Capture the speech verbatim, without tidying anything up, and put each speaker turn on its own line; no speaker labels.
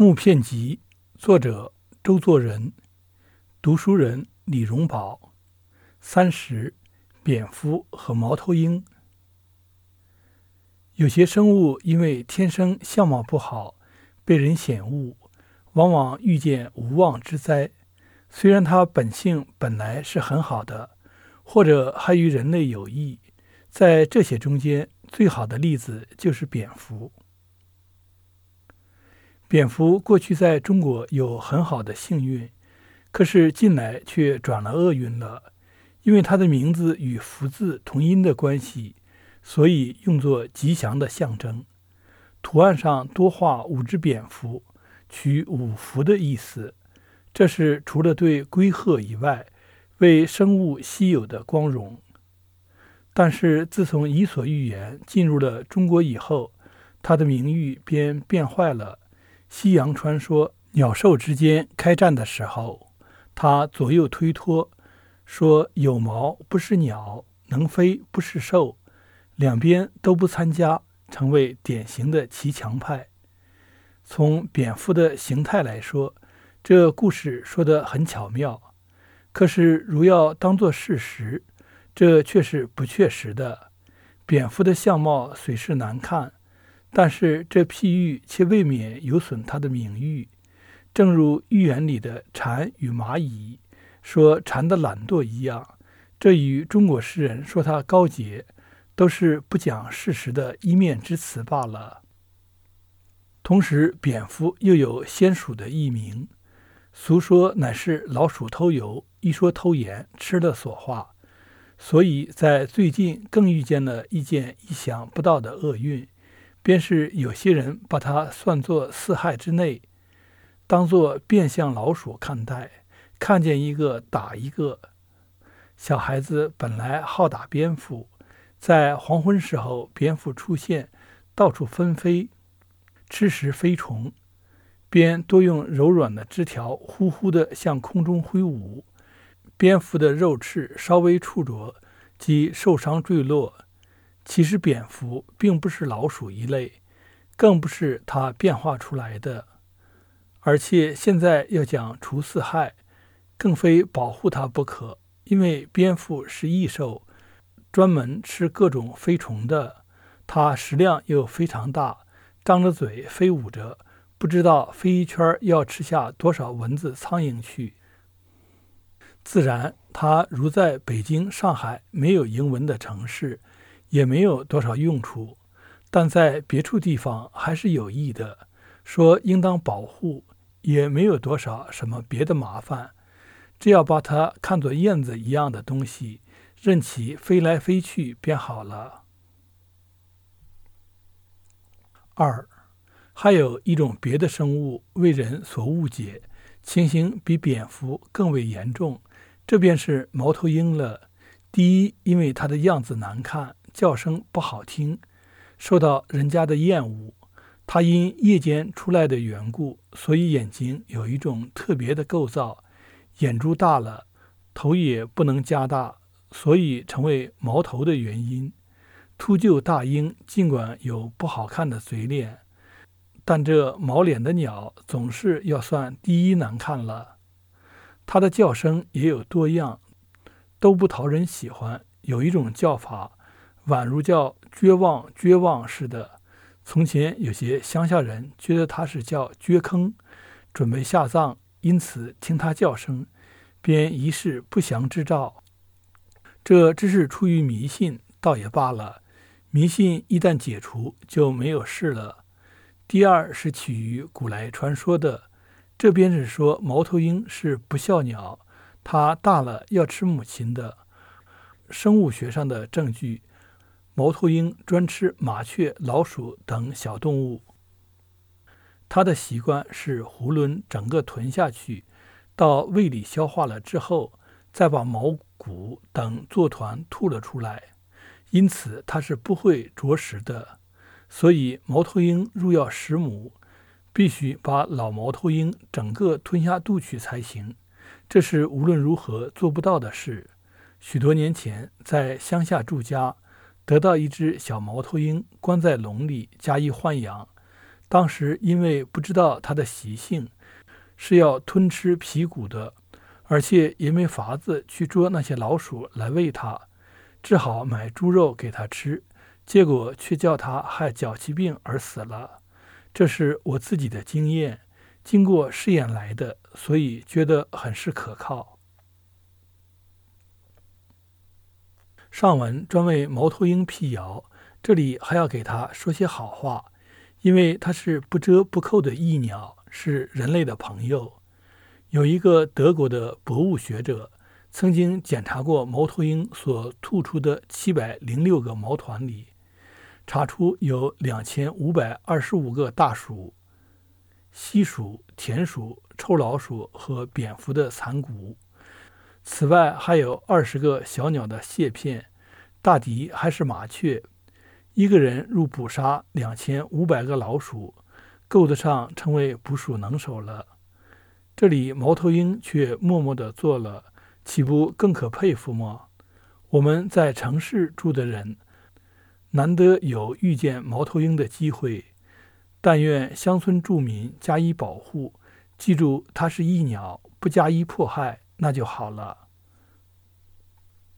木片集，作者周作人，读书人李荣宝。三十，蝙蝠和猫头鹰。有些生物因为天生相貌不好，被人嫌恶，往往遇见无妄之灾。虽然它本性本来是很好的，或者还与人类有益，在这些中间，最好的例子就是蝙蝠。蝙蝠过去在中国有很好的幸运，可是近来却转了厄运了。因为它的名字与福字同音的关系，所以用作吉祥的象征。图案上多画五只蝙蝠，取五福的意思。这是除了对龟鹤以外，为生物稀有的光荣。但是自从伊索寓言进入了中国以后，它的名誉便变坏了。西洋传说鸟兽之间开战的时候，它左右推脱，说有毛不是鸟，能飞不是兽，两边都不参加，成为典型的骑墙派。从蝙蝠的形态来说，这故事说得很巧妙，可是如要当作事实，这却是不确实的。蝙蝠的相貌虽是难看，但是这譬喻却未免有损它的名誉。正如寓言里的蝉与蚂蚁说蝉的懒惰一样，这与中国诗人说它高洁，都是不讲事实的一面之词罢了。同时，蝙蝠又有仙鼠的异名，俗说乃是老鼠偷油，一说偷盐，吃了所化。所以在最近更遇见了一件意想不到的厄运，便是有些人把它算作四害之内，当作变相老鼠看待，看见一个打一个。小孩子本来好打蝙蝠，在黄昏时候蝙蝠出现，到处纷飞，吃食飞虫，便多用柔软的枝条呼呼地向空中挥舞。蝙蝠的肉翅稍微触着即受伤坠落。其实蝙蝠并不是老鼠一类，更不是它变化出来的。而且现在要讲除四害，更非保护它不可，因为蝙蝠是异兽，专门吃各种飞虫的。它食量又非常大，张着嘴飞舞着，不知道飞一圈要吃下多少蚊子苍蝇去。自然它如在北京、上海没有蝇蚊的城市，也没有多少用处，但在别处地方还是有益的，说应当保护，也没有多少什么别的麻烦。只要把它看作燕子一样的东西，任其飞来飞去便好了。二，还有一种别的生物为人所误解，情形比蝙蝠更为严重，这便是猫头鹰了。第一，因为它的样子难看，叫声不好听，受到人家的厌恶。它因夜间出来的缘故，所以眼睛有一种特别的构造，眼珠大了，头也不能加大，所以成为毛头的原因。秃鹫大鹰尽管有不好看的嘴脸，但这毛脸的鸟总是要算第一难看了。它的叫声也有多样，都不讨人喜欢。有一种叫法，宛如叫绝望绝望似的。从前有些乡下人觉得它是叫掘坑，准备下葬，因此听它叫声，便疑是不祥之兆。这只是出于迷信，倒也罢了。迷信一旦解除，就没有事了。第二是起于古来传说的，这便是说猫头鹰是不孝鸟，它大了要吃母亲的。生物学上的证据，猫头鹰专吃麻雀、老鼠等小动物。它的习惯是囫囵整个吞下去，到胃里消化了之后，再把毛骨等做团吐了出来，因此它是不会啄食的。所以猫头鹰若要食母，必须把老猫头鹰整个吞下肚去才行，这是无论如何做不到的事。许多年前在乡下住家，得到一只小猫头鹰，关在笼里加以豢养。 当时因为不知道它的习性是要吞吃皮骨的，而且也没法子去捉那些老鼠来喂它，只好买猪肉给它吃，结果却叫它害脚气病而死了。这是我自己的经验，经过试验来的，所以觉得很是可靠。上文专为猫头鹰辟谣，这里还要给他说些好话，因为它是不折不扣的益鸟，是人类的朋友。有一个德国的博物学者曾经检查过猫头鹰所吐出的七百零六个毛团里，查出有两千五百二十五个大鼠、蜥鼠、田鼠、臭老鼠和蝙蝠的残骨。此外还有二十个小鸟的蟹片，大抵还是麻雀。一个人入捕杀两千五百个老鼠，够得上成为捕鼠能手了。这里猫头鹰却默默地做了，岂不更可佩服吗？我们在城市住的人，难得有遇见猫头鹰的机会，但愿乡村住民加以保护，记住它是益鸟，不加以迫害，那就好了。